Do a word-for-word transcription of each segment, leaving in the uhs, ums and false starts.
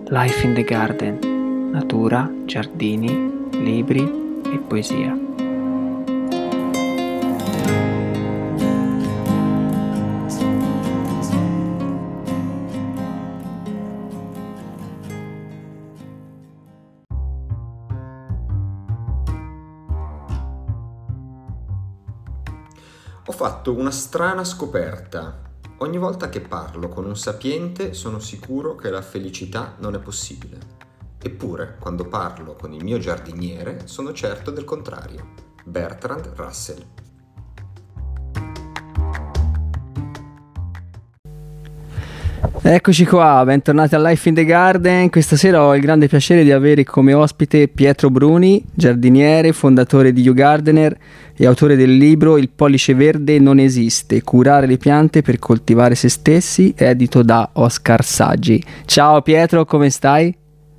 Life in the Garden, natura, giardini, libri e poesia. Ho fatto una strana scoperta. Ogni volta che parlo con un sapiente sono sicuro che la felicità non è possibile. Eppure, quando parlo con il mio giardiniere, sono certo del contrario. Bertrand Russell. Eccoci qua, bentornati a Life in the Garden. Questa sera ho il grande piacere di avere come ospite Pietro Bruni, giardiniere, fondatore di YouGardener e autore del libro Il pollice verde non esiste, curare le piante per coltivare se stessi, edito da Oscar Saggi. Ciao Pietro, come stai?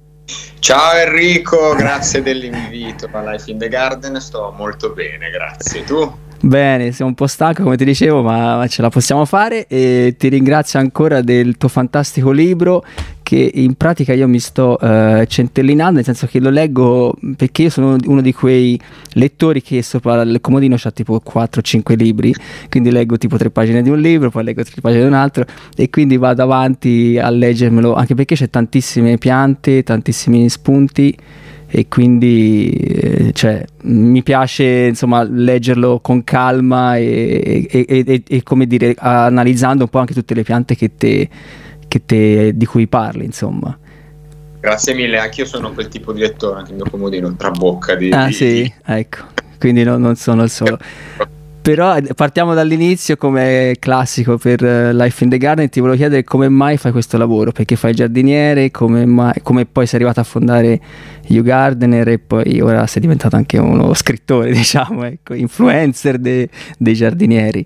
Ciao Enrico, grazie dell'invito a Life in the Garden, sto molto bene, grazie. Tu? Bene, sono un po' stanco come ti dicevo, ma ce la possiamo fare e ti ringrazio ancora del tuo fantastico libro che in pratica io mi sto uh, centellinando, nel senso che lo leggo perché io sono uno di quei lettori che sopra il comodino c'ha tipo quattro cinque libri, quindi leggo tipo tre pagine di un libro, poi leggo tre pagine di un altro e quindi vado avanti a leggermelo, anche perché c'è tantissime piante, tantissimi spunti e quindi eh, cioè, mi piace insomma leggerlo con calma e, e, e, e, e come dire analizzando un po' anche tutte le piante che te, che te di cui parli, insomma. Grazie mille, anch'io sono quel tipo di lettore, anche il mio comodino trabocca di... Ah di, sì, di... ecco, quindi no, non sono il solo. Però partiamo dall'inizio come classico per uh, Life in the Garden. Ti volevo chiedere come mai fai questo lavoro, perché fai il giardiniere, come, mai, come poi sei arrivato a fondare YouGardener e poi ora sei diventato anche uno scrittore, diciamo, ecco, influencer de, dei giardinieri.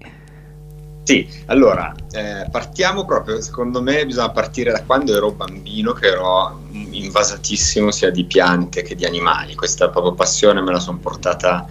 Sì, allora, eh, partiamo proprio, secondo me bisogna partire da quando ero bambino, che ero invasatissimo sia di piante che di animali. Questa proprio passione me la sono portata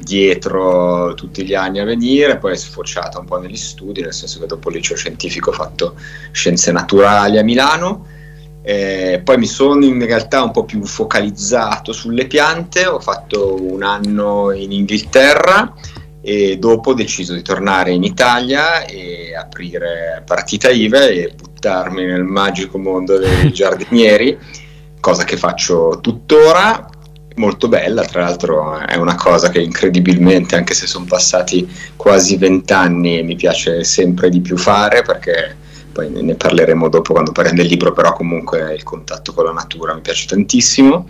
dietro tutti gli anni a venire, poi è sfociata un po' negli studi, nel senso che dopo il liceo scientifico ho fatto scienze naturali a Milano, eh, poi mi sono in realtà un po' più focalizzato sulle piante, ho fatto un anno in Inghilterra e dopo ho deciso di tornare in Italia e aprire partita I V A e buttarmi nel magico mondo dei giardinieri, cosa che faccio tuttora. Molto bella, tra l'altro è una cosa che incredibilmente, anche se sono passati quasi vent'anni, mi piace sempre di più fare, perché poi ne parleremo dopo quando parliamo del libro, però comunque il contatto con la natura mi piace tantissimo.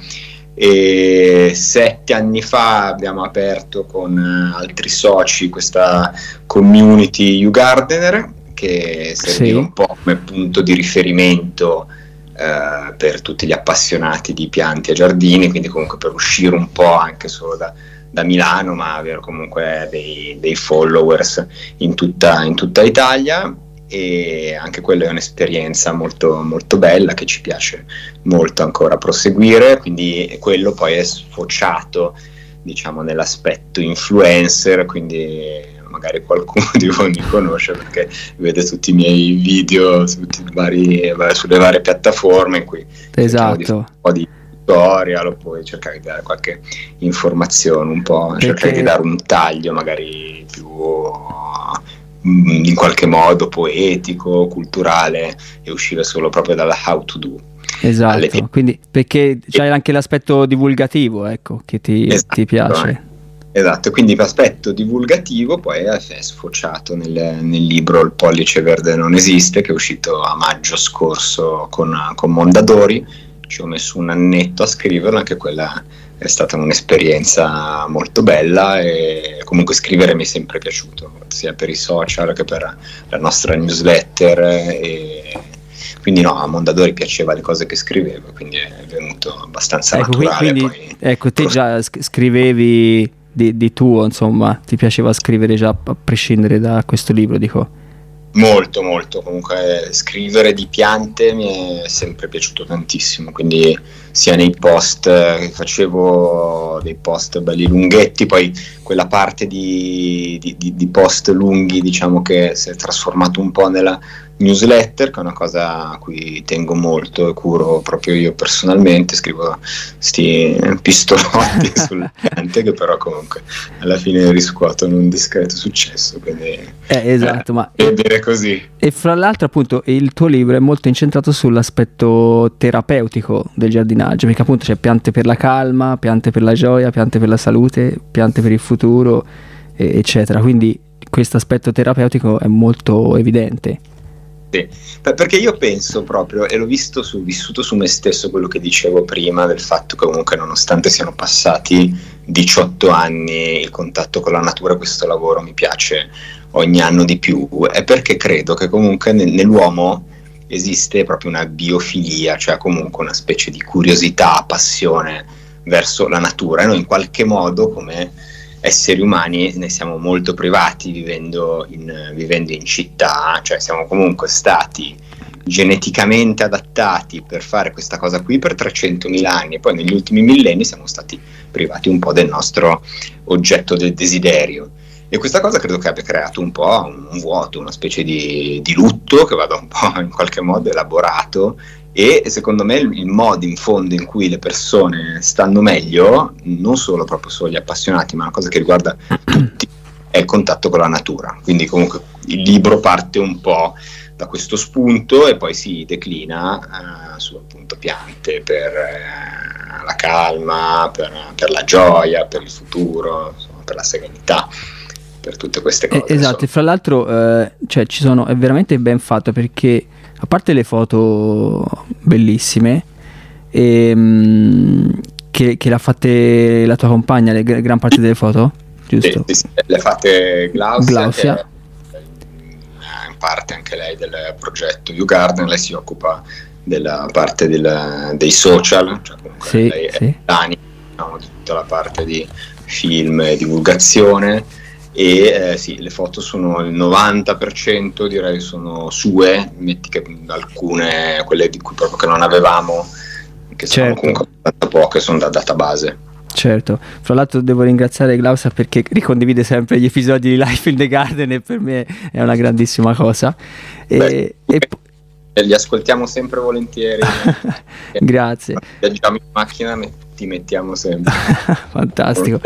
E sette anni fa abbiamo aperto con altri soci questa community YouGardener che serviva sì. un po' come punto di riferimento Uh, per tutti gli appassionati di piante e giardini, quindi comunque per uscire un po' anche solo da, da Milano, ma avere comunque dei, dei followers in tutta, in tutta Italia, e anche quella è un'esperienza molto, molto bella che ci piace molto ancora proseguire, quindi quello poi è sfociato diciamo nell'aspetto influencer, quindi magari qualcuno di voi mi conosce perché vede tutti i miei video su tutti i vari, sulle varie piattaforme in cui esatto. Di fare un po' di tutorial o poi cercare di dare qualche informazione, un po' perché... cercare di dare un taglio magari più in qualche modo poetico, culturale e uscire solo proprio dalla how to do. Esatto, quindi perché c'è anche l'aspetto divulgativo, ecco, che ti, esatto, ti piace. Eh. Esatto, quindi l'aspetto divulgativo poi è sfociato nel, nel libro Il pollice verde non esiste, che è uscito a maggio scorso con, con Mondadori. Ci ho messo un annetto a scriverlo, anche quella è stata un'esperienza molto bella e comunque scrivere mi è sempre piaciuto, sia per i social che per la nostra newsletter, e quindi no, a Mondadori piaceva le cose che scrivevo, quindi è venuto abbastanza ecco, naturale. Quindi, poi ecco, te già scrivevi di, di tuo, insomma, ti piaceva scrivere già a prescindere da questo libro, dico. Molto, molto, comunque scrivere di piante mi è sempre piaciuto tantissimo, quindi sia nei post che facevo, dei post belli lunghetti, poi quella parte di, di, di post lunghi diciamo che si è trasformato un po' nella, newsletter, che è una cosa a cui tengo molto e curo proprio io personalmente. Scrivo sti pistolotti sulle piante che però comunque alla fine riscuotono un discreto successo, quindi eh, esatto, eh, ma vedere così. E fra l'altro appunto il tuo libro è molto incentrato sull'aspetto terapeutico del giardinaggio, perché appunto c'è piante per la calma, piante per la gioia, piante per la salute, piante per il futuro, eccetera, quindi questo aspetto terapeutico è molto evidente. Sì, perché io penso proprio, e l'ho visto su, vissuto su me stesso, quello che dicevo prima, del fatto che comunque nonostante siano passati diciotto anni, il contatto con la natura, questo lavoro mi piace ogni anno di più, è perché credo che comunque nel, nell'uomo esiste proprio una biofilia, cioè comunque una specie di curiosità, passione verso la natura, e noi in qualche modo come esseri umani ne siamo molto privati vivendo in, vivendo in città, cioè siamo comunque stati geneticamente adattati per fare questa cosa qui per trecentomila anni, e poi negli ultimi millenni siamo stati privati un po' del nostro oggetto del desiderio, e questa cosa credo che abbia creato un po' un vuoto, una specie di, di lutto che vada un po' in qualche modo elaborato. E secondo me il, il modo in fondo in cui le persone stanno meglio, non solo proprio solo gli appassionati, ma una cosa che riguarda tutti, è il contatto con la natura. Quindi comunque il libro parte un po' da questo spunto e poi si declina eh, su appunto piante per eh, la calma, per, per la gioia, per il futuro, insomma, per la serenità, per tutte queste cose. Eh, esatto, e fra l'altro eh, cioè, ci sono, è veramente ben fatto, perché a parte le foto bellissime ehm, che, che l'ha fatte la tua compagna, le gran parte delle foto, giusto? Sì, sì, sì. Le ha fatte Glaucia, Glaucia. Che è in parte anche lei del progetto YouGarden. Lei si occupa della parte del, dei social, cioè comunque sì, lei è sì. l'anima, diciamo, di tutta la parte di film e divulgazione. E eh, sì, le foto sono il novanta per cento, direi, sono sue, metti che alcune, quelle di cui proprio che non avevamo, che sono certo. comunque poche, sono da database. Certo, fra l'altro devo ringraziare Glaucia perché ricondivide sempre gli episodi di Life in the Garden e per me è una grandissima cosa. E, Beh, e po- li ascoltiamo sempre volentieri. Grazie. Viaggiamo in macchina, ti mettiamo sempre. Fantastico.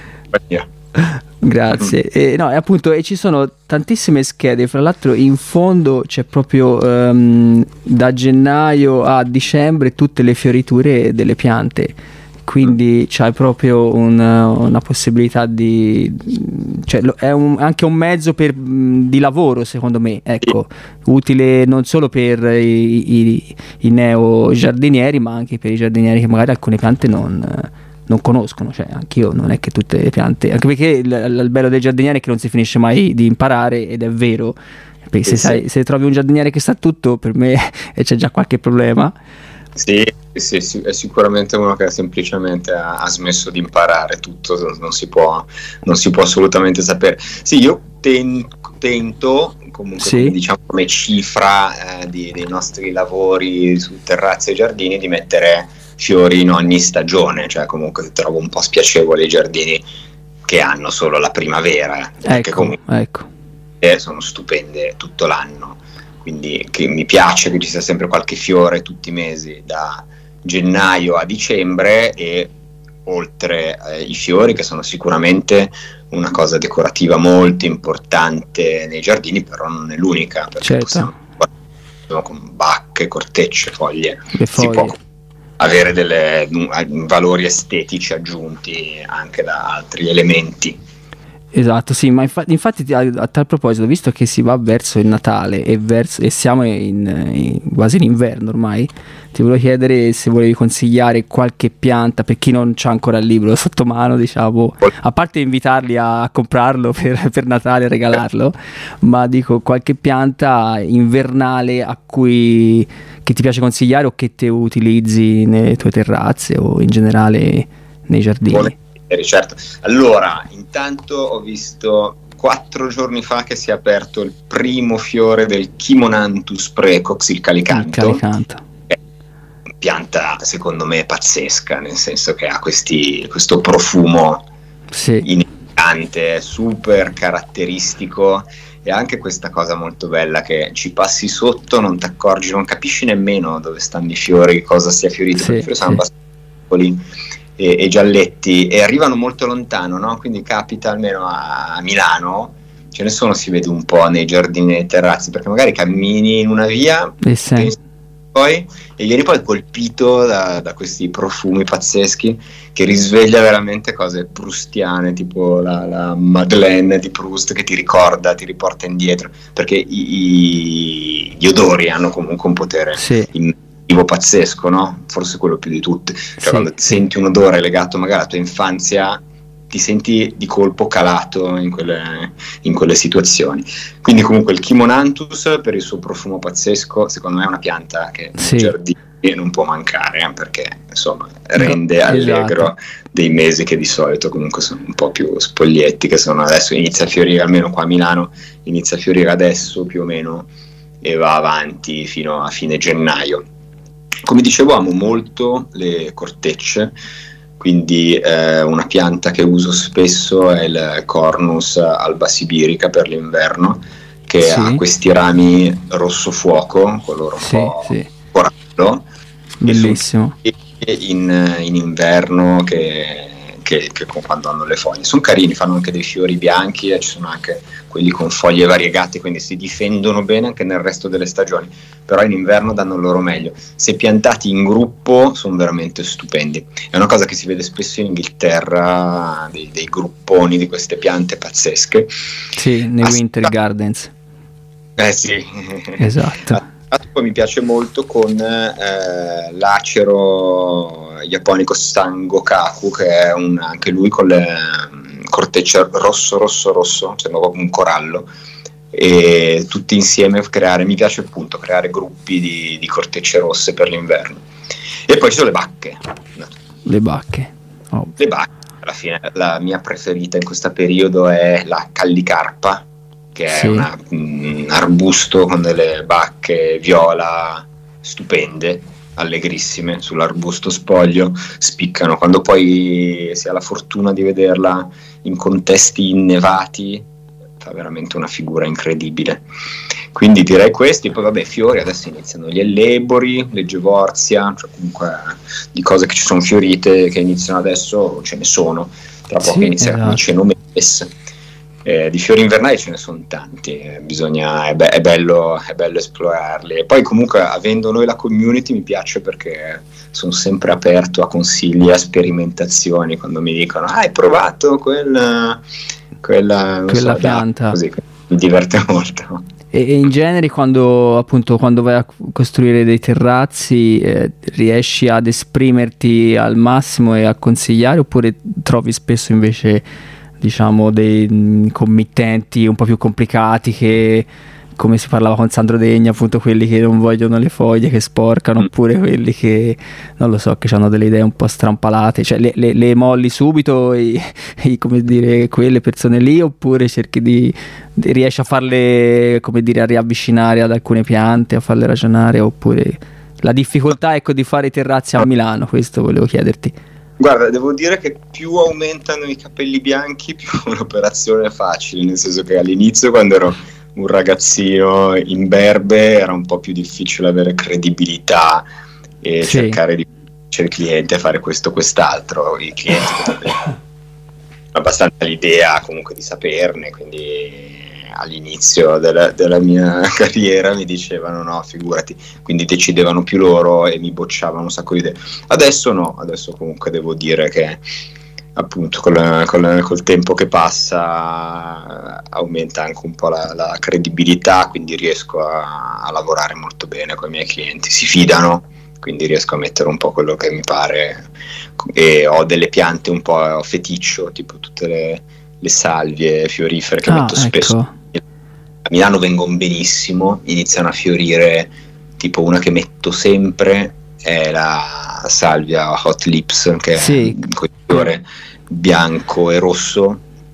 Grazie. E, no, e appunto e ci sono tantissime schede, fra l'altro in fondo c'è proprio um, da gennaio a dicembre tutte le fioriture delle piante, quindi c'hai proprio un, una possibilità di, cioè è un, anche un mezzo per, di lavoro, secondo me, ecco, utile non solo per i, i, i neo giardinieri, ma anche per i giardinieri che magari alcune piante non non conoscono, cioè anch'io non è che tutte le piante, anche perché il, il bello del giardiniere è che non si finisce mai di imparare, ed è vero, perché se, sai, se trovi un giardiniere che sa tutto, per me c'è già qualche problema. Sì, sì, sì, è sicuramente uno che semplicemente ha, ha smesso di imparare tutto, non si può, non si può assolutamente sapere. Sì, io ten, tento comunque, sì. come, diciamo, come cifra eh, di, dei nostri lavori su terrazze e giardini, di mettere fiori in ogni stagione, cioè comunque trovo un po' spiacevole i giardini che hanno solo la primavera, perché ecco, comunque ecco. sono stupende tutto l'anno, quindi che mi piace che ci sia sempre qualche fiore tutti i mesi, da gennaio a dicembre, e oltre eh, i fiori, che sono sicuramente una cosa decorativa molto importante nei giardini, però non è l'unica, perché certo. possiamo con bacche, cortecce, foglie, le foglie. Si può avere delle valori estetici aggiunti anche da altri elementi. Esatto, sì, ma infatti, infatti a, a tal proposito, visto che si va verso il Natale e, verso, e siamo in, in, quasi in inverno ormai, ti volevo chiedere se volevi consigliare qualche pianta per chi non c'ha ancora il libro sotto mano, diciamo, a parte invitarli a, a comprarlo per, per Natale e regalarlo, ma dico qualche pianta invernale a cui che ti piace consigliare o che te utilizzi nelle tue terrazze o in generale nei giardini. Buone. Certo. Allora, intanto ho visto quattro giorni fa che si è aperto il primo fiore del Chimonanthus precox, il calicanto. Il calicanto. È una pianta secondo me pazzesca, nel senso che ha questi, questo profumo sì. inelegante, super caratteristico, e anche questa cosa molto bella che ci passi sotto, non ti accorgi, non capisci nemmeno dove stanno i fiori, cosa sia fiorito, sì, perché i fiori sono sì. abbastanza piccoli e, e gialletti e arrivano molto lontano, no? Quindi capita almeno a, a Milano, ce ne sono, si vede un po' nei giardini e nei terrazzi, perché magari cammini in una via E se- pensi poi e vieni poi colpito da, da questi profumi pazzeschi che risveglia veramente cose proustiane, tipo la, la Madeleine di Proust che ti ricorda, ti riporta indietro, perché i, i- gli odori hanno comunque un potere sì, immersivo pazzesco, no? Forse quello più di tutti. Cioè sì, quando sì. senti un odore legato magari alla tua infanzia, ti senti di colpo calato in quelle, in quelle situazioni. Quindi comunque il Chimonanthus, per il suo profumo pazzesco, secondo me è una pianta che Sì. nei giardini non può mancare, eh, perché insomma rende Esatto. allegro dei mesi che di solito comunque sono un po' più spoglietti, che sono adesso, inizia a fiorire, almeno qua a Milano inizia a fiorire adesso più o meno e va avanti fino a fine gennaio. Come dicevo, amo molto le cortecce, quindi eh, una pianta che uso spesso è il Cornus alba sibirica per l'inverno, che Sì. ha questi rami rosso fuoco, color un Sì, po' sì. corallo, Bellissimo. in, in inverno che, che, che quando hanno le foglie sono carini, fanno anche dei fiori bianchi e ci sono anche quelli con foglie variegate, quindi si difendono bene anche nel resto delle stagioni, però in inverno danno il loro meglio. Se piantati in gruppo sono veramente stupendi, è una cosa che si vede spesso in Inghilterra, dei, dei grupponi di queste piante pazzesche. Sì, nei As- Winter Gardens. eh sì, Esatto. Poi mi piace molto con eh, l'acero Japonico Sangokaku, che è un, anche lui con le um, cortecce rosso rosso rosso, sembra proprio un corallo, e tutti insieme creare, mi piace appunto creare gruppi di, di cortecce rosse per l'inverno. E poi ci sono le bacche, Le bacche. Oh. le bacche, alla fine la mia preferita in questo periodo è la callicarpa, che è Sì. una, un arbusto con delle bacche viola stupende, allegrissime, sull'arbusto spoglio, spiccano. Quando poi si ha la fortuna di vederla in contesti innevati, fa veramente una figura incredibile. Quindi direi questi, poi vabbè, fiori, adesso iniziano gli ellebori, le gevorzia, cioè comunque di cose che ci sono fiorite, che iniziano adesso, ce ne sono, tra poco Sì, inizia esatto. il cenomedes. Eh, di fiori invernali ce ne sono tanti, eh, bisogna, è, be- è, bello, è bello esplorarli. E poi comunque avendo noi la community mi piace perché sono sempre aperto a consigli, a sperimentazioni, quando mi dicono ah, hai provato quella, quella, non Quella so, pianta. da, così, mi diverte molto. E, e in genere quando appunto quando vai a costruire dei terrazzi eh, riesci ad esprimerti al massimo e a consigliare, oppure trovi spesso invece diciamo dei mh, committenti un po' più complicati che, come si parlava con Sandro Degna, appunto quelli che non vogliono le foglie, che sporcano, Mm. oppure quelli che non lo so, che hanno delle idee un po' strampalate, cioè le, le, le molli subito e, e, come dire, quelle persone lì, oppure cerchi di, di riesci a farle, come dire, a riavvicinare ad alcune piante, a farle ragionare, oppure la difficoltà, ecco, di fare i terrazzi a Milano, questo volevo chiederti. Guarda, devo dire che più aumentano i capelli bianchi, più l'operazione è facile, nel senso che all'inizio, quando ero un ragazzino imberbe, era un po' più difficile avere credibilità e Sì. cercare di convincere il cliente a fare questo o quest'altro. I clienti avevano abbastanza l'idea comunque di saperne, quindi all'inizio della, della mia carriera mi dicevano no, figurati, quindi decidevano più loro e mi bocciavano un sacco di idee. Adesso no, adesso comunque devo dire che appunto col, col, col tempo che passa aumenta anche un po' la, la credibilità, quindi riesco a, a lavorare molto bene con i miei clienti, si fidano, quindi riesco a mettere un po' quello che mi pare, e ho delle piante un po' feticcio, tipo tutte le, le salvie fiorifere che Ah, metto spesso. ecco. A Milano vengono benissimo, iniziano a fiorire, tipo una che metto sempre è la salvia Hot Lips, che Sì. è un fiore bianco e rosso,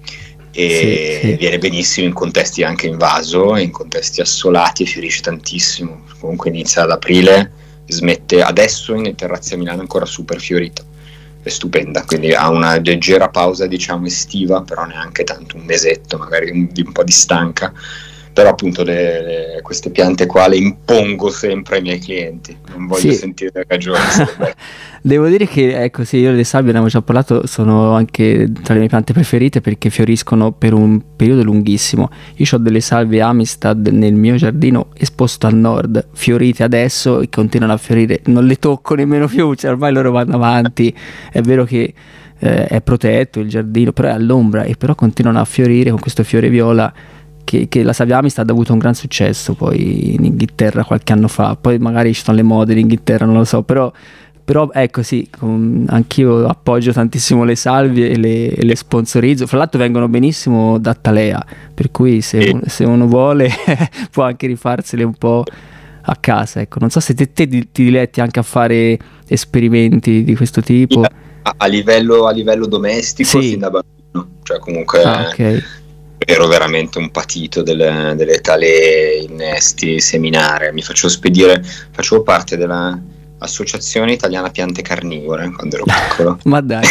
e Sì, sì. viene benissimo in contesti anche in vaso, in contesti assolati, e fiorisce tantissimo. Comunque inizia ad aprile, smette adesso in terrazzi a Milano, è ancora super fiorito, è stupenda, quindi ha una leggera pausa diciamo estiva, però neanche tanto, un mesetto magari un, di un po' di stanca, però appunto le, le, queste piante qua le impongo sempre ai miei clienti, non voglio Sì. sentire ragioni. Devo dire che, ecco, sì, io le salvie, ne avevo già parlato, sono anche tra le mie piante preferite perché fioriscono per un periodo lunghissimo. Io ho delle salvie Amistad nel mio giardino esposto a nord, fiorite adesso e continuano a fiorire, non le tocco nemmeno più, cioè ormai loro vanno avanti. È vero che eh, è protetto il giardino, però è all'ombra e però continuano a fiorire con questo fiore viola. Che, che la salvia Amistad ha avuto un gran successo poi in Inghilterra qualche anno fa, poi magari ci sono le mode in Inghilterra, non lo so, però, però ecco sì, com- anch'io appoggio tantissimo le salvie e le, e le sponsorizzo, fra l'altro vengono benissimo da Talea, per cui se, un- se uno vuole può anche rifarsele un po' a casa, ecco. Non so se te, te ti ti diletti anche a fare esperimenti di questo tipo. A, a livello, a livello domestico, Sì. fin da bambino, cioè comunque Ah, ok. ero veramente un patito delle, delle talee, innesti, seminare. Mi facevo spedire, facevo parte della Associazione Italiana Piante Carnivore quando ero piccolo. Ma dai.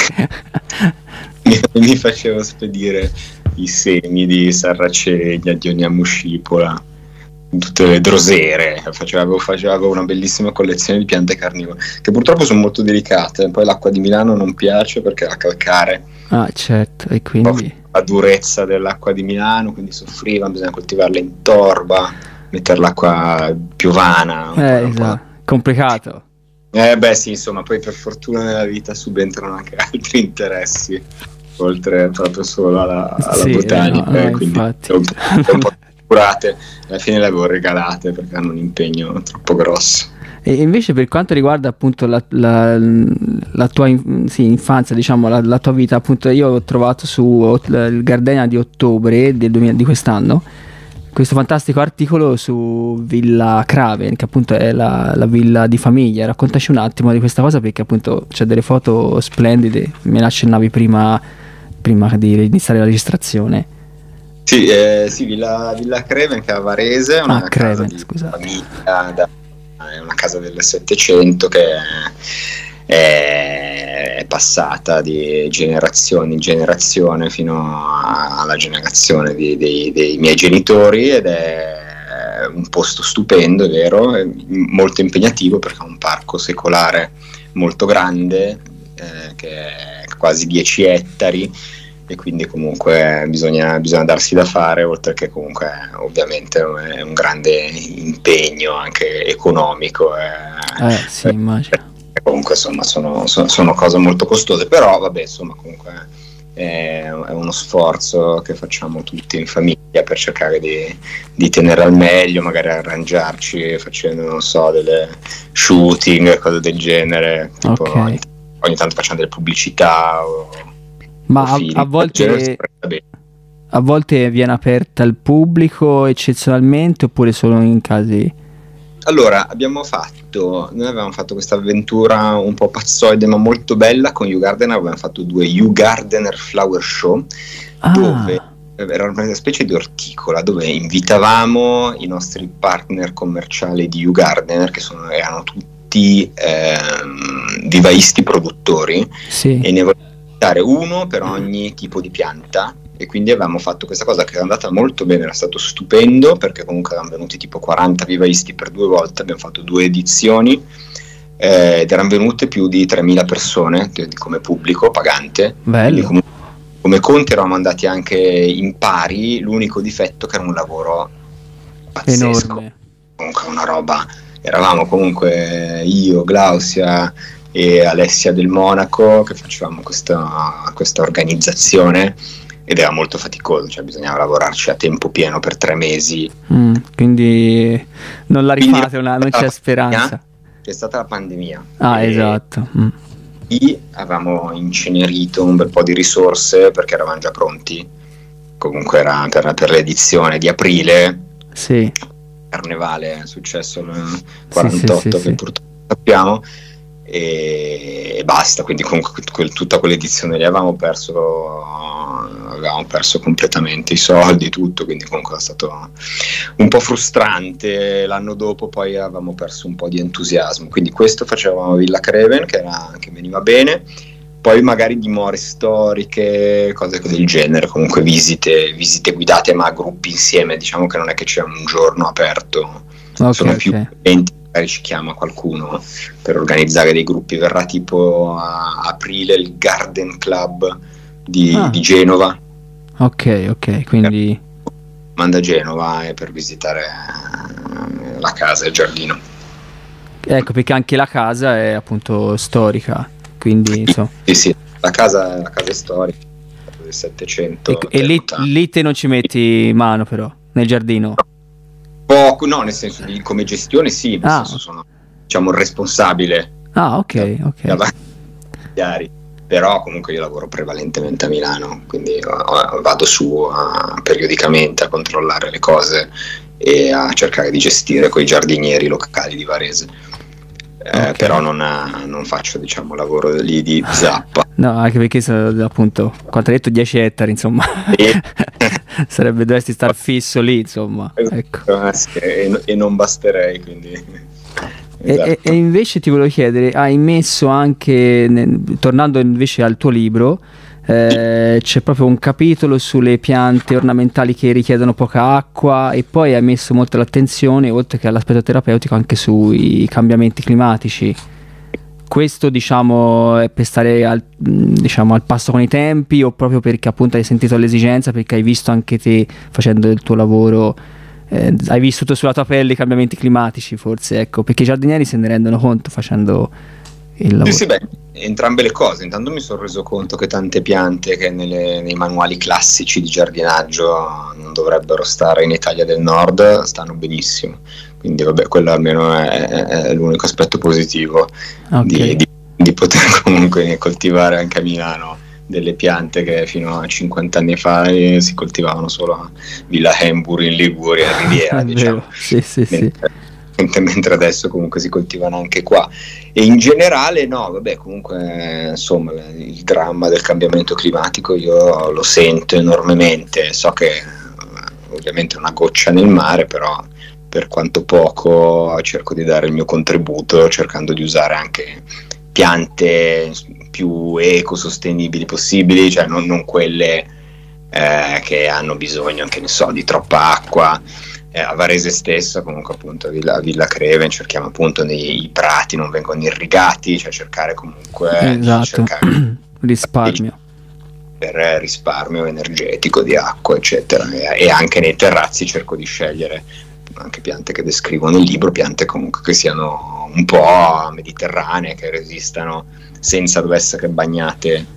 mi, mi facevo spedire i semi di sarracegna, di ogni scipola, tutte le drosere. Facevo, facevo una bellissima collezione di piante carnivore che purtroppo sono molto delicate. Poi l'acqua di Milano non piace perché la calcare, Ah, certo, e quindi... la durezza dell'acqua di Milano, quindi soffriva, bisogna coltivarla in torba, mettere l'acqua piovana. un Eh, po', un po'. esatto, complicato. Eh beh sì, insomma, poi per fortuna nella vita subentrano anche altri interessi, oltre proprio solo alla, alla Sì, botanica, no, no, eh, quindi infatti. le ho un po', un po' curate, alla fine le avevo regalate perché hanno un impegno troppo grosso. E invece per quanto riguarda appunto la, la- la tua in- sì, infanzia, diciamo, la, la tua vita, appunto io ho trovato su Ot- il Gardenia di ottobre del duemila, di quest'anno questo fantastico articolo su Villa Craven, che appunto è la, la villa di famiglia. Raccontaci un attimo di questa cosa perché appunto c'è delle foto splendide, me ne accennavi prima, prima di iniziare la registrazione. Sì, eh, sì Villa, Villa Craven, che è a Varese, è una Ah, casa Craven, di scusate. famiglia, da- è una casa del Settecento che è, è passata di generazione in generazione fino a- alla generazione di- dei, dei miei genitori, ed è un posto stupendo, è vero, è molto impegnativo perché è un parco secolare molto grande, eh, che è quasi dieci ettari, e quindi comunque bisogna, bisogna darsi da fare, oltre che comunque ovviamente è un grande impegno anche economico, eh, Eh sì, immagino. eh, comunque insomma sono, sono, sono cose molto costose, però vabbè, insomma, comunque è, è uno sforzo che facciamo tutti in famiglia per cercare di, di tenere al meglio, magari arrangiarci facendo, non so, delle shooting, cose del genere, tipo Ok. ogni, ogni tanto facciamo delle pubblicità o Ma o a, film, a del genere, si volte, presta bene. a volte viene aperta al pubblico eccezionalmente oppure solo in casi... Allora, abbiamo fatto, noi avevamo fatto questa avventura un po' pazzoide ma molto bella con Hugh Gardner, abbiamo fatto due Hugh Gardner Flower Show, dove Ah, era una specie di orticola dove invitavamo i nostri partner commerciali di Hugh Gardner, che sono, erano tutti ehm, vivaisti produttori, sì. e ne volevamo invitare uno per ogni tipo di pianta, e quindi avevamo fatto questa cosa che è andata molto bene, era stato stupendo perché comunque erano venuti tipo quaranta vivaisti per due volte, abbiamo fatto due edizioni, eh, ed erano venute più di tremila persone di- di- come pubblico pagante. Quindi Bello. come, come conti eravamo andati anche in pari, l'unico difetto che era un lavoro pazzesco, Enorme. comunque una roba, eravamo comunque io, Glaucia e Alessia del Monaco che facevamo questa, questa organizzazione, ed era molto faticoso, cioè bisognava lavorarci a tempo pieno per tre mesi. Mm, quindi non la Quindi rifate, una- non c'è speranza. C'è stata la pandemia. Ah, E esatto. Mm. lì avevamo incenerito un bel po' di risorse perché eravamo già pronti. Comunque era per, per l'edizione di aprile, Sì, Carnevale, è successo il sì, quarantotto, sì, che sì. purtroppo sappiamo, e, e basta. Quindi comunque quel- tutta quell'edizione lì avevamo perso, avevamo perso completamente i soldi, tutto, quindi comunque è stato un po' frustrante. L'anno dopo poi avevamo perso un po' di entusiasmo, quindi questo facevamo Villa Craven, che, era, che veniva bene. poi magari dimore storiche, cose del genere, comunque visite, visite guidate ma a gruppi insieme, diciamo che non è che c'è un giorno aperto, Okay, sono più ok. eventi, magari ci chiama qualcuno per organizzare dei gruppi, verrà tipo a aprile il Garden Club di, Ah. di Genova, Ok, ok, quindi manda a Genova e per visitare eh, la casa e il giardino. ecco perché anche la casa è appunto storica, quindi insomma. Sì, sì, la casa, la casa è storica del settecento. E, e lì, terremotato. lì te non ci metti mano però, nel giardino? Poco, no, nel senso di come gestione sì, nel Ah. senso sono diciamo il responsabile. Ah, ok, ok. davanti agli chiari. Però comunque io lavoro prevalentemente a Milano, quindi uh, vado su uh, periodicamente a controllare le cose e a cercare di gestire coi giardinieri locali di Varese. Eh, Ok. Però non, uh, non faccio diciamo lavoro lì di zappa. No, anche perché sono, appunto, quanto hai detto, dieci ettari, insomma. E- Sarebbe, dovresti star fisso lì, insomma. Ecco. Eh, sì, e, e non basterei, quindi E, esatto. e- e invece ti volevo chiedere, hai messo anche, ne- tornando invece al tuo libro, eh, c'è proprio un capitolo sulle piante ornamentali che richiedono poca acqua e poi hai messo molto l'attenzione, oltre che all'aspetto terapeutico, anche sui cambiamenti climatici. Questo diciamo è per stare al, mh, diciamo, al passo con i tempi o proprio perché appunto hai sentito l'esigenza, perché hai visto anche te facendo il tuo lavoro, eh, hai vissuto sulla tua pelle i cambiamenti climatici forse, ecco, perché i giardinieri se ne rendono conto facendo il lavoro. Sì, sì, beh, entrambe le cose. Intanto mi sono reso conto che tante piante che nelle- nei manuali classici di giardinaggio non dovrebbero stare in Italia del Nord stanno benissimo. Quindi vabbè, quello almeno è, è- è l'unico aspetto positivo Ok. di, di- di poter comunque coltivare anche a Milano delle piante che fino a cinquanta anni fa eh, si coltivavano solo a Villa Hemburi in Liguria, in Riviera, È diciamo. vero, sì, sì, sì. Mentre, mentre adesso comunque si coltivano anche qua. E in generale no, vabbè, comunque insomma il dramma del cambiamento climatico io lo sento enormemente, so che eh, ovviamente è una goccia nel mare, però per quanto poco cerco di dare il mio contributo cercando di usare anche piante più ecosostenibili possibili, cioè non, non quelle eh, che hanno bisogno, che ne so, di troppa acqua. Eh, a Varese stessa, comunque appunto a Villa, a Villa Creven cerchiamo appunto nei i prati non vengono irrigati, cioè cercare comunque di Esatto, cercare risparmio. per risparmio energetico di acqua eccetera, e, e anche nei terrazzi cerco di scegliere anche piante che descrivo nel libro, piante comunque che siano un po' mediterranee, che resistano senza dover essere bagnate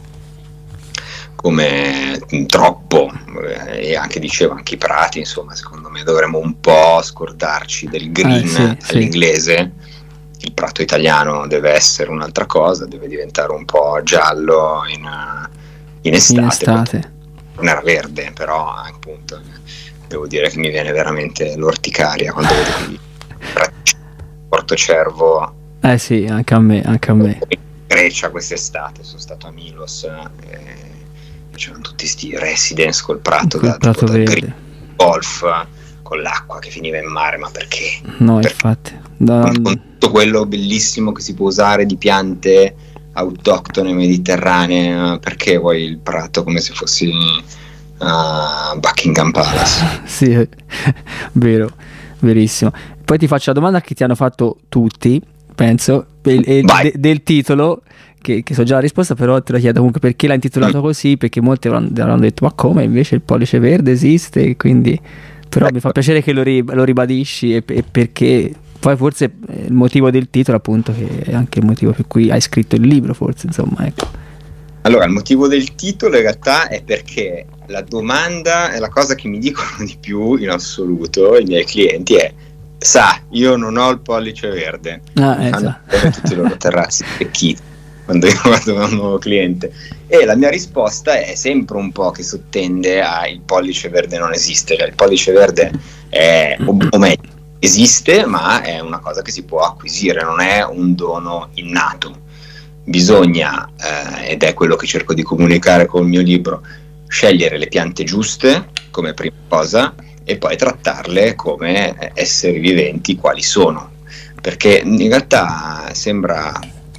come troppo, eh, e anche dicevo anche i prati, insomma secondo me dovremmo un po' scordarci del green Eh, sì, sì. all'inglese. Il prato italiano deve essere un'altra cosa, deve diventare un po' giallo in, in estate, In estate. non era verde, però appunto devo dire che mi viene veramente l'orticaria quando vedo qui Portocervo Eh sì, anche a me, anche a me. in Grecia quest'estate, sono stato a Milos e c'erano tutti sti residence col prato, Col da, prato tipo da verde. green golf con l'acqua che finiva in mare, ma perché? No, Per- infatti. Da- con, con tutto quello bellissimo che si può usare di piante autoctone mediterranee, perché vuoi il prato come se fossi a Buckingham Palace? Sì, è vero, verissimo. Poi ti faccio la domanda che ti hanno fatto tutti, penso, e- e Vai. de- del titolo, che, che so già la risposta, però te lo chiedo comunque perché l'hai intitolato così, perché molti avranno, avranno detto ma come invece il pollice verde esiste, quindi però mi fa piacere che lo, ri- lo ribadisci e, e perché poi forse eh, il motivo del titolo appunto che è anche il motivo per cui hai scritto il libro, forse insomma, ecco. Allora, il motivo del titolo in realtà è perché la domanda è la cosa che mi dicono di più in assoluto i miei clienti è: sa, io non ho il pollice verde. Ah, Mi eh, fanno già. vedere tutti i loro terrazzi stecchiti quando io vado da un nuovo cliente, e la mia risposta è sempre un po' che sottende a il pollice verde non esiste, cioè il pollice verde è, o, o meglio, esiste, ma è una cosa che si può acquisire, non è un dono innato. Bisogna, eh, ed è quello che cerco di comunicare col mio libro, scegliere le piante giuste come prima cosa e poi trattarle come esseri viventi quali sono, perché in realtà sembra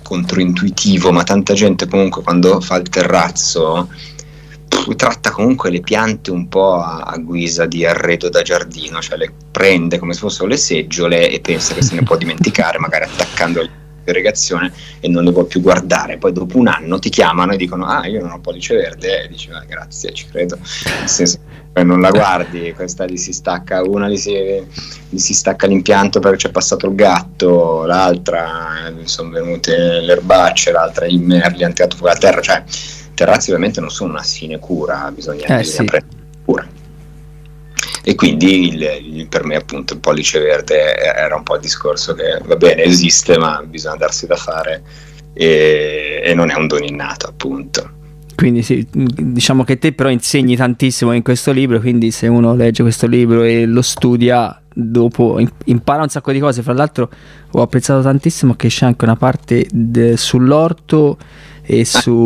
controintuitivo, ma tanta gente comunque quando fa il terrazzo tratta comunque le piante un po' a, a guisa di arredo da giardino, cioè le prende come se fossero le seggiole e pensa che se ne può dimenticare, magari attaccando l'irrigazione, e non le vuoi più guardare. Poi dopo un anno ti chiamano e dicono ah, io non ho pollice verde, e dici ah, grazie, ci credo, nel senso che non la guardi, questa gli si stacca, una gli si, gli si stacca l'impianto perché c'è passato il gatto, l'altra sono venute le erbacce, l'altra i merli hanno tirato fuori la terra, cioè terrazzi ovviamente non sono una sinecura, bisogna, eh, bisogna sì. prendere cura. E quindi il, il, per me appunto il pollice verde era un po' il discorso che va bene, esiste, ma bisogna darsi da fare, e, e non è un dono innato, appunto. Quindi sì, diciamo che te però insegni tantissimo in questo libro, quindi se uno legge questo libro e lo studia, dopo impara un sacco di cose. Fra l'altro ho apprezzato tantissimo che c'è anche una parte de, sull'orto e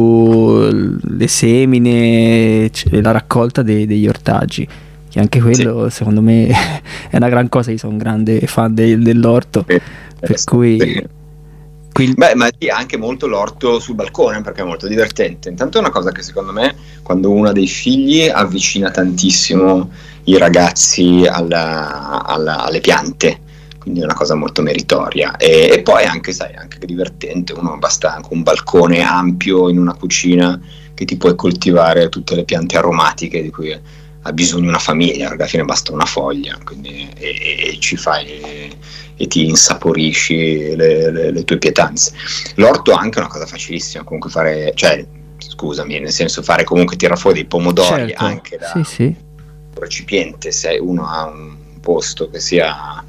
sulle semine, la raccolta dei, degli ortaggi, che anche quello sì. Secondo me è una gran cosa. Io sono un grande fan de, dell'orto, sì, per sì, cui... Sì. Quindi... Beh, ma sì, anche molto l'orto sul balcone, perché è molto divertente. Intanto è una cosa che secondo me, quando uno ha dei figli, avvicina tantissimo i ragazzi alla, alla, alle piante, quindi è una cosa molto meritoria. E, e poi anche, sai, anche divertente, uno basta anche un balcone ampio in una cucina che ti puoi coltivare tutte le piante aromatiche di cui ha bisogno una famiglia, perché alla fine basta una foglia, quindi, e, e ci fai e ti insaporisci le, le, le tue pietanze. L'orto è anche una cosa facilissima, comunque fare, cioè scusami, nel senso fare comunque tirare fuori dei pomodori, certo, anche da sì, sì. un recipiente, se uno ha un posto che sia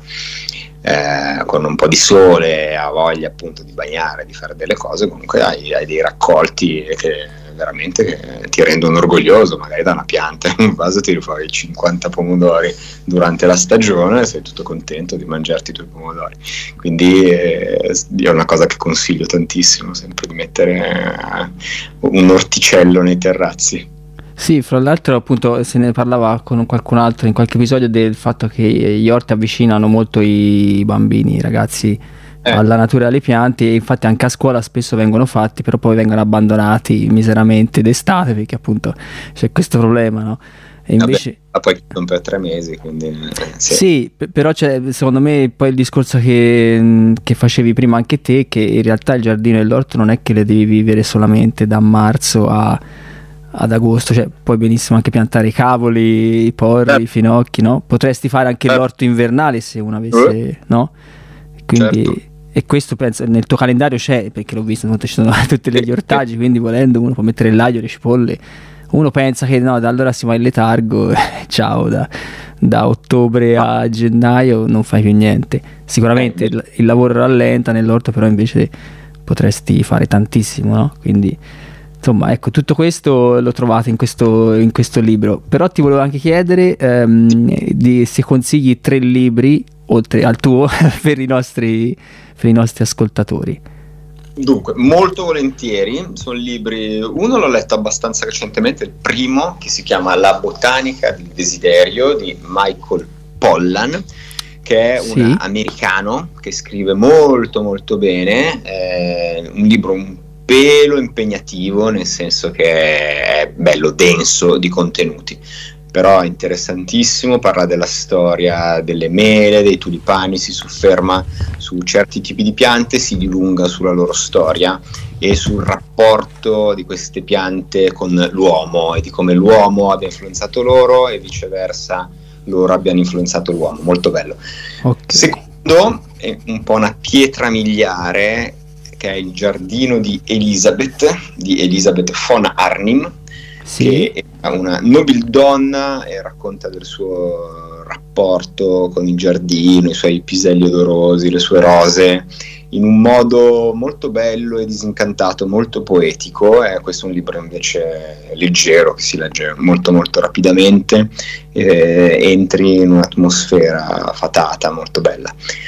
eh, con un po' di sole, ha voglia appunto di bagnare, di fare delle cose, comunque hai, hai dei raccolti che veramente che ti rendono orgoglioso, magari da una pianta in un vaso tiri fuori cinquanta pomodori durante la stagione e sei tutto contento di mangiarti i tuoi pomodori. Quindi eh, è una cosa che consiglio tantissimo, sempre di mettere eh, un orticello nei terrazzi. Sì, fra l'altro appunto se ne parlava con qualcun altro in qualche episodio del fatto che gli orti avvicinano molto i bambini, i ragazzi eh. alla natura delle piante, e infatti anche a scuola spesso vengono fatti, però poi vengono abbandonati miseramente d'estate perché appunto c'è questo problema, no? E invece ma poi non per tre mesi, quindi eh, sì, sì p- però c'è secondo me poi il discorso che, che facevi prima anche te, che in realtà il giardino e l'orto non è che le devi vivere solamente da marzo a ad agosto, cioè puoi benissimo anche piantare i cavoli, i porri, certo. i finocchi, no? Potresti fare anche certo. l'orto invernale se uno avesse, no? Quindi certo. E questo penso nel tuo calendario c'è, perché l'ho visto, ci sono tutti gli ortaggi, quindi volendo uno può mettere il l'aglio, le cipolle. Uno pensa che no, da allora si va in letargo, ciao, da, da ottobre a gennaio non fai più niente. Sicuramente il, il lavoro rallenta nell'orto, però invece potresti fare tantissimo, no? Quindi insomma, ecco, tutto questo lo trovate in questo, in questo libro. Però ti volevo anche chiedere ehm, di, se consigli tre libri, oltre al tuo, per i nostri, per i nostri ascoltatori. Dunque, molto volentieri, sono libri, uno l'ho letto abbastanza recentemente, il primo, che si chiama La botanica del desiderio, di Michael Pollan, che è un sì. americano che scrive molto molto bene, eh, un libro un pelo impegnativo, nel senso che è bello denso di contenuti, però è interessantissimo, parla della storia delle mele, dei tulipani, si sofferma su certi tipi di piante, si dilunga sulla loro storia e sul rapporto di queste piante con l'uomo e di come l'uomo abbia influenzato loro e viceversa loro abbiano influenzato l'uomo. Molto bello. Okay. Secondo è un po' una pietra miliare, che è Il giardino di Elisabeth, di Elisabeth von Arnim, sì. che è una nobildonna e racconta del suo rapporto con il giardino, i suoi piselli odorosi, le sue rose, in un modo molto bello e disincantato, molto poetico. Eh, questo è un libro invece leggero, che si legge molto molto rapidamente, eh, entri in un'atmosfera fatata, molto bella.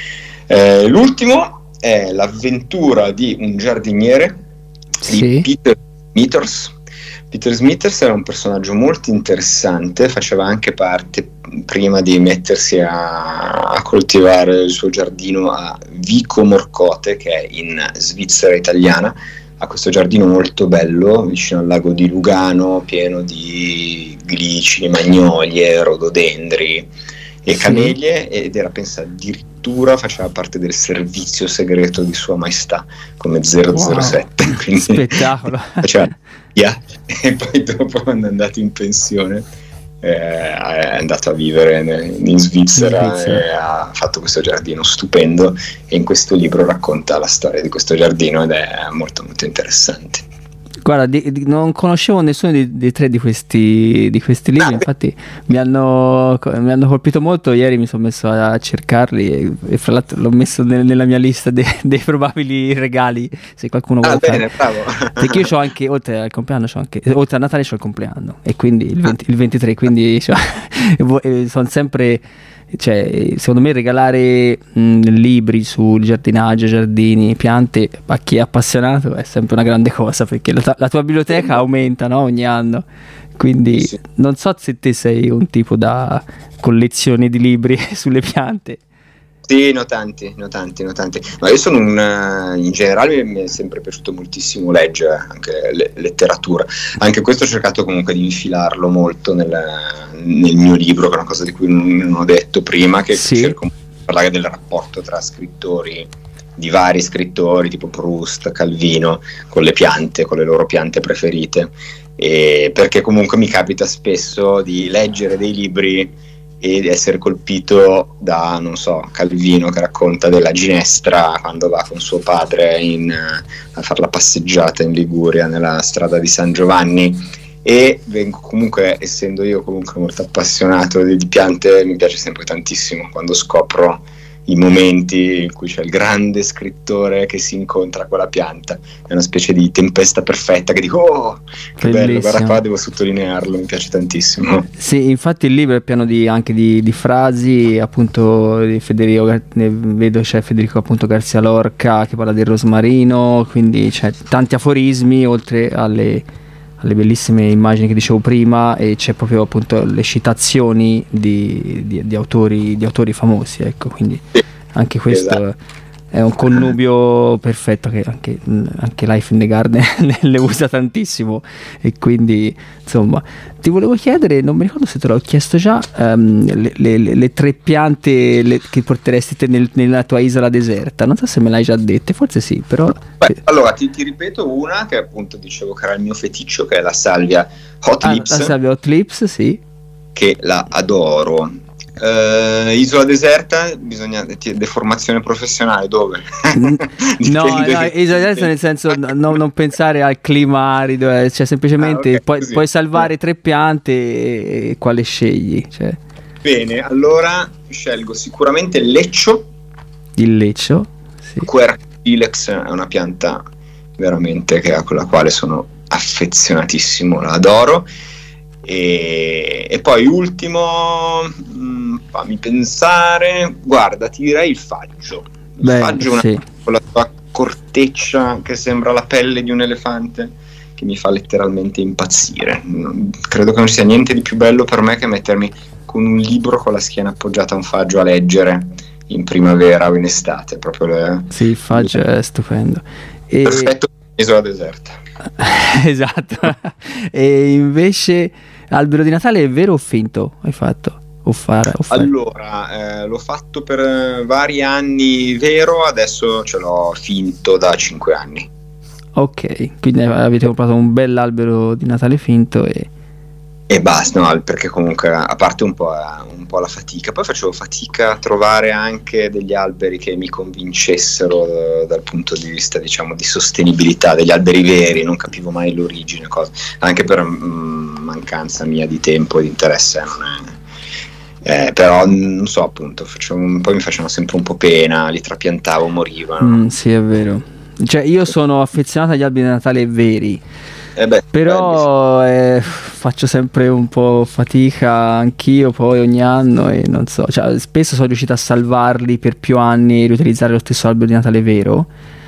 Eh, l'ultimo è L'avventura di un giardiniere di sì. Peter Smithers. Peter Smithers era un personaggio molto interessante, faceva anche parte prima di mettersi a, a coltivare il suo giardino a Vico Morcote, che è in Svizzera italiana. Ha questo giardino molto bello vicino al lago di Lugano, pieno di glicini, magnolie, rododendri e Sì. camelie, ed era, pensa, addirittura faceva parte del servizio segreto di Sua Maestà come zero zero sette. Wow. Quindi Spettacolo. faceva via, e poi dopo, quando è andato in pensione, eh, è andato a vivere in, in Svizzera, In Svizzera. e ha fatto questo giardino stupendo, e in questo libro racconta la storia di questo giardino ed è molto molto interessante. Guarda, di- di- non conoscevo nessuno di- dei tre di questi, di questi libri, Ah, beh. infatti mi hanno, mi hanno colpito molto. Ieri mi sono messo a cercarli e, e fra l'altro l'ho messo nel- nella mia lista de- dei probabili regali, se qualcuno Ah, vuole fare. bene, bravo. Perché io ho anche, oltre al compleanno, c'ho anche, oltre a Natale c'ho il compleanno, e quindi il, venti il ventitré, quindi sono sempre, cioè, secondo me regalare mh, libri sul giardinaggio, giardini, piante a chi è appassionato è sempre una grande cosa, perché la, la tua biblioteca aumenta, no, ogni anno. Quindi Sì. non so se te sei un tipo da collezione di libri sulle piante. Sì, no tanti, no tanti, no tanti. Ma io sono un, eh, in generale mi è sempre piaciuto moltissimo leggere, anche le- letteratura. Anche questo ho cercato comunque di infilarlo molto nel, nel mio libro, che è una cosa di cui non, non ho detto prima, che Sì. cerco di parlare del rapporto tra scrittori, di vari scrittori, tipo Proust, Calvino, con le piante, con le loro piante preferite. E perché comunque mi capita spesso di leggere dei libri ed essere colpito da, non so, Calvino che racconta della ginestra quando va con suo padre in, a fare la passeggiata in Liguria nella strada di San Giovanni, e vengo comunque, essendo io comunque molto appassionato di, di piante, mi piace sempre tantissimo quando scopro i momenti in cui c'è il grande scrittore che si incontra con la pianta. È una specie di tempesta perfetta che dico, oh, che bello, guarda Bellissimo. qua, devo sottolinearlo, mi piace tantissimo. Sì, infatti il libro è pieno di, anche di, di frasi, appunto, di Federico, Gar- ne vedo c'è Federico appunto Garcia Lorca che parla del rosmarino, quindi c'è tanti aforismi oltre alle, alle bellissime immagini che dicevo prima, e c'è proprio appunto le citazioni di, di, di autori, di autori famosi, ecco, quindi anche questo Esatto. è un connubio perfetto che anche, anche Life in the Garden le usa tantissimo, e quindi insomma ti volevo chiedere, non mi ricordo se te l'ho chiesto già, ehm, le, le- le- le tre piante le- che porteresti te nel- nella tua isola deserta, non so se me l'hai già dette, forse sì, però Beh, allora ti, ti ripeto una che appunto dicevo che era il mio feticcio, che è la salvia Hot ah, Lips, la salvia Hot Lips, sì. che la adoro. Eh, isola deserta, bisogna ti- deformazione professionale dove? N- No, Dipende no, che- esagerare nel senso no- no- non pensare al clima arido, eh, cioè semplicemente Ah, ok, puoi, così. puoi salvare tre piante e, e quale scegli? Cioè, Bene, allora scelgo sicuramente il leccio. il leccio, sì. Quercilex è una pianta veramente che, con la quale sono affezionatissimo, la adoro. E, e poi ultimo, mh, fammi pensare, guarda, ti direi il faggio. Il Beh, faggio è una, sì. con la sua corteccia che sembra la pelle di un elefante, che mi fa letteralmente impazzire. Non- credo che non sia niente di più bello per me che mettermi con un libro con la schiena appoggiata a un faggio a leggere in primavera o in estate, proprio le... Sì, il faggio è stupendo. E... perfetto, isola deserta. Esatto. E invece albero di Natale è vero o finto? Hai fatto? O fare? O fare? Allora, eh, l'ho fatto per eh, vari anni vero, adesso ce l'ho finto da cinque anni. Ok, quindi avete comprato un bell'albero di Natale finto e... E basta, no, perché comunque a parte un po', eh, un po' la fatica, poi facevo fatica a trovare anche degli alberi che mi convincessero eh, dal punto di vista, diciamo, di sostenibilità, degli alberi veri, non capivo mai l'origine, cosa. Anche per mm, mancanza mia di tempo e di interesse, non è... Eh, però non so, appunto, facevo un, poi mi facevano sempre un po' pena, li trapiantavo, morivano. Mm, sì, è vero. Cioè, io sono affezionato agli alberi di Natale veri, Eh beh, però eh, faccio sempre un po' fatica anch'io poi ogni anno e non so, cioè, spesso sono riuscito a salvarli per più anni e riutilizzare lo stesso albero di Natale vero,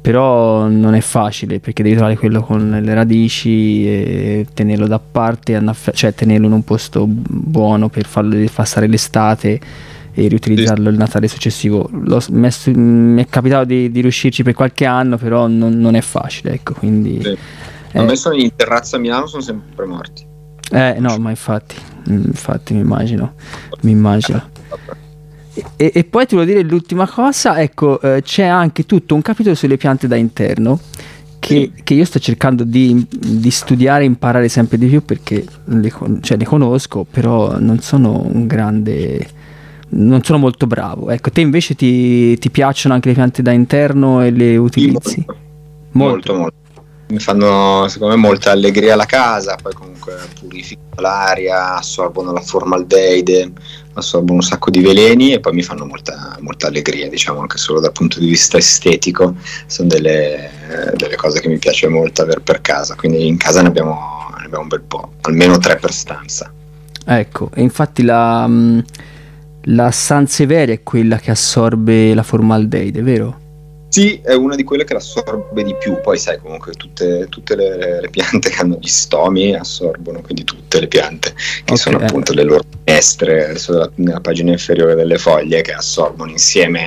però non è facile perché devi trovare quello con le radici e tenerlo da parte, cioè tenerlo in un posto buono per farlo passare l'estate e riutilizzarlo il Natale successivo. L'ho messo, mi è capitato di, di riuscirci per qualche anno, però non, non è facile, ecco, quindi sì. eh. A me sono in terrazza a Milano, sono sempre morti. Eh no, ma infatti, infatti mi immagino, mi immagino. E, e poi ti volevo dire l'ultima cosa, ecco, eh, c'è anche tutto un capitolo sulle piante da interno che, sì. che io sto cercando di, di studiare e imparare sempre di più perché le, cioè, le conosco, però non sono un grande, non sono molto bravo. Ecco, te invece ti, ti piacciono anche le piante da interno e le utilizzi? Molto, molto, molto. Mi fanno secondo me molta allegria la casa, poi comunque purificano l'aria, assorbono la formaldeide, assorbono un sacco di veleni e poi mi fanno molta, molta allegria, diciamo, anche solo dal punto di vista estetico. Sono delle, delle cose che mi piace molto avere per casa, quindi in casa ne abbiamo, ne abbiamo un bel po', almeno tre per stanza. Ecco, e infatti la, la Sansevieria è quella che assorbe la formaldeide, vero? Sì, è una di quelle che l'assorbe di più, poi sai comunque tutte, tutte le, le piante che hanno gli stomi assorbono, quindi tutte le piante che okay. sono appunto le loro finestre, adesso nella pagina inferiore delle foglie, che assorbono insieme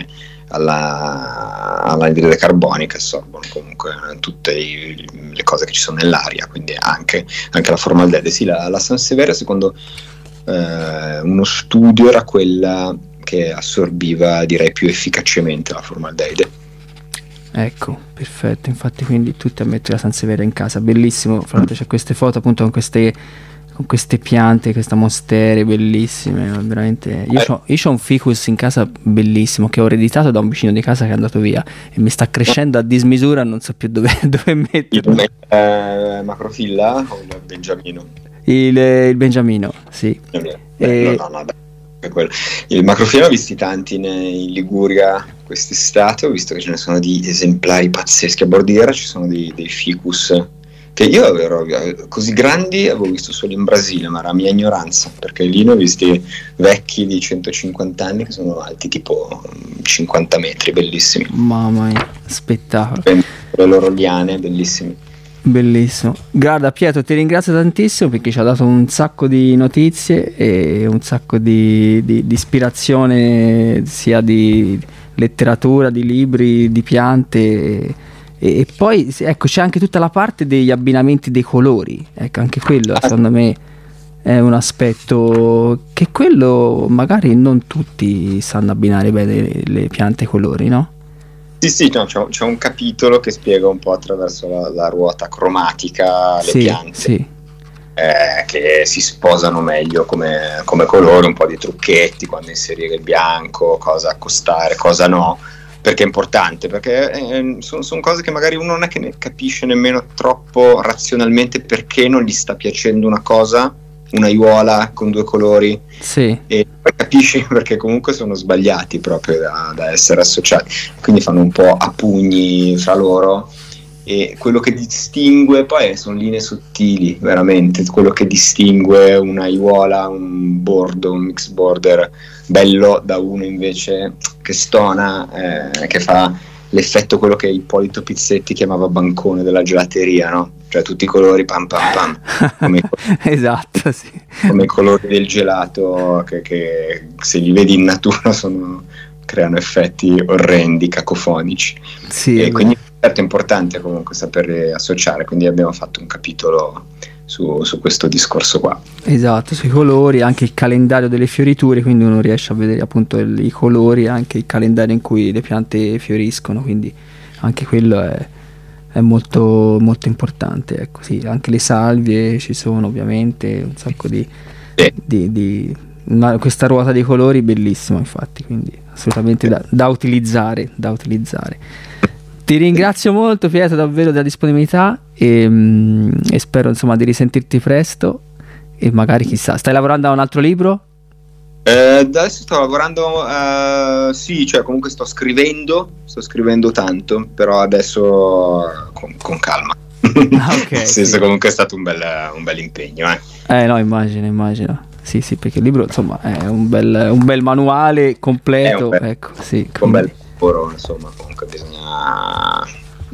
alla, all'anidride carbonica, assorbono comunque tutte i, le cose che ci sono nell'aria, quindi anche, anche la formaldeide. Sì, la, la Sansevieria secondo eh, uno studio era quella che assorbiva direi più efficacemente la formaldeide. Ecco, perfetto, infatti quindi tutti a mettere la Sansevieria in casa, bellissimo, fra l'altro c'è queste foto appunto con queste, con queste piante, questa mostere bellissime, veramente. Io ho io c'ho un ficus in casa bellissimo che ho ereditato da un vicino di casa che è andato via e mi sta crescendo a dismisura, non so più dove, dove metterlo. Il eh, macrofilla o il Benjamino? Il, il Benjamino, sì. Beh, e... no, no, no, quello. Il macrofilo ho visti tanti in, in Liguria quest'estate, ho visto che ce ne sono di esemplari pazzeschi. A Bordiera ci sono dei, dei ficus che io avevo così grandi, avevo visto solo in Brasile, ma era mia ignoranza, perché lì ne ho visti vecchi di centocinquanta anni che sono alti tipo cinquanta metri, bellissimi. Mamma mia, spettacolo. Le loro liane, bellissimi. Bellissimo. Guarda Pietro, ti ringrazio tantissimo perché ci ha dato un sacco di notizie e un sacco di, di, di ispirazione sia di letteratura, di libri, di piante e, e poi ecco c'è anche tutta la parte degli abbinamenti dei colori, ecco anche quello secondo me è un aspetto che quello magari non tutti sanno abbinare bene le, le piante ai colori, no? Sì, sì, no, c'è, c'è un capitolo che spiega un po' attraverso la, la ruota cromatica le sì, piante sì. eh, che si sposano meglio come, come colore, un po' di trucchetti, quando inserire il bianco, cosa accostare, cosa no, perché è importante, perché eh, sono son cose che magari uno non è che ne capisce nemmeno troppo razionalmente perché non gli sta piacendo una cosa, un'aiuola con due colori, sì. E poi capisci perché comunque sono sbagliati proprio da, da essere associati, quindi fanno un po' a pugni fra loro e quello che distingue poi sono linee sottili, veramente quello che distingue un'aiuola, un bordo, un mix border bello da uno invece che stona, eh, che fa l'effetto quello che Ippolito Pizzetti chiamava bancone della gelateria, no? Cioè tutti i colori pam pam pam come, esatto, sì. Come i colori del gelato che, che se li vedi in natura sono, creano effetti orrendi, cacofonici, sì, e quindi certo è importante comunque saper associare, quindi abbiamo fatto un capitolo su, su questo discorso qua. Esatto, sui colori, anche il calendario delle fioriture, quindi uno riesce a vedere appunto il, i colori, anche il calendario in cui le piante fioriscono, quindi anche quello è, è molto, molto importante, ecco, sì, anche le salvie ci sono ovviamente, un sacco di, sì. di, di una, questa ruota di colori bellissima infatti, quindi assolutamente da, da utilizzare, da utilizzare. Ti ringrazio molto Pietro davvero della disponibilità e, mm, e spero insomma di risentirti presto e magari chissà, stai lavorando a un altro libro? Eh, adesso sto lavorando, uh, sì, cioè comunque sto scrivendo, sto scrivendo tanto, però adesso uh, con, con calma. Ah, okay, Nel senso sì. Comunque è stato un bel, un bel impegno. Eh. eh no, immagino, immagino. Sì, sì, perché il libro insomma è un bel, un bel manuale completo, un bel, ecco, sì. Un bel lavoro, insomma, comunque bisogna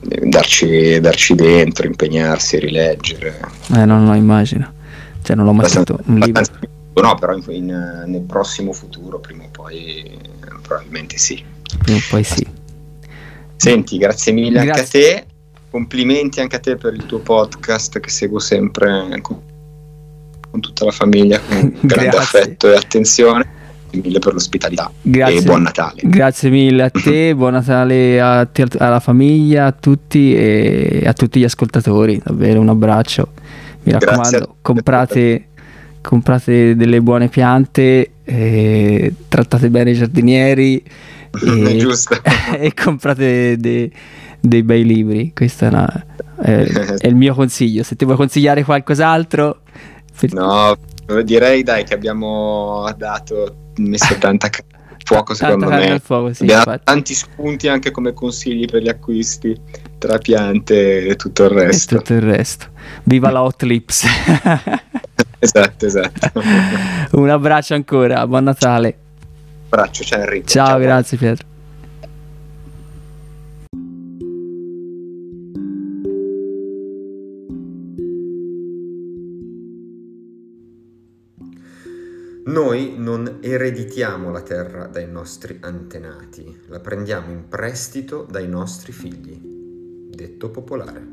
darci, darci dentro, impegnarsi, rileggere. Eh, no, no, immagino. Cioè, non l'ho mai scritto un libro. No, però in, in, nel prossimo futuro, prima o poi, probabilmente sì. Prima o poi sì. Senti, grazie mille Grazie. anche a te. Complimenti anche a te per il tuo podcast che seguo sempre con, con tutta la famiglia, con grande affetto e attenzione. Grazie mille per l'ospitalità. Grazie. E buon Natale. Grazie mille a te, buon Natale a te, alla famiglia, a tutti e a tutti gli ascoltatori. Davvero un abbraccio. Mi raccomando, comprate, comprate delle buone piante, eh, trattate bene i giardinieri e, Giusto. e comprate de, dei bei libri. Questo è, una, è, è il mio consiglio. Se ti vuoi consigliare qualcos'altro, per... no, direi dai che abbiamo dato messo tanta fuoco secondo tanta me. Fuoco, sì, abbiamo infatti. Tanti spunti anche come consigli per gli acquisti tra piante e tutto il resto. E tutto il resto. Viva la Hot Lips. Esatto, esatto. Un abbraccio ancora, buon Natale. Un abbraccio, ciao Enrico. Ciao, ciao, grazie Pietro. Noi non ereditiamo la terra dai nostri antenati, la prendiamo in prestito dai nostri figli. Detto popolare.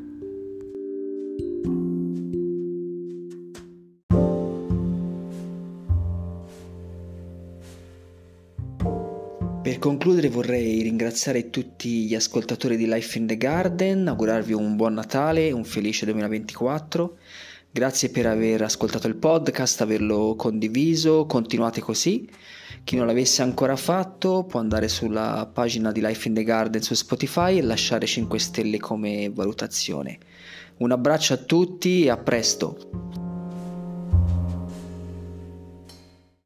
Per concludere vorrei ringraziare tutti gli ascoltatori di Life in the Garden, augurarvi un buon Natale e un felice duemilaventiquattro. Grazie per aver ascoltato il podcast, averlo condiviso, continuate così. Chi non l'avesse ancora fatto può andare sulla pagina di Life in the Garden su Spotify e lasciare cinque stelle come valutazione. Un abbraccio a tutti e a presto!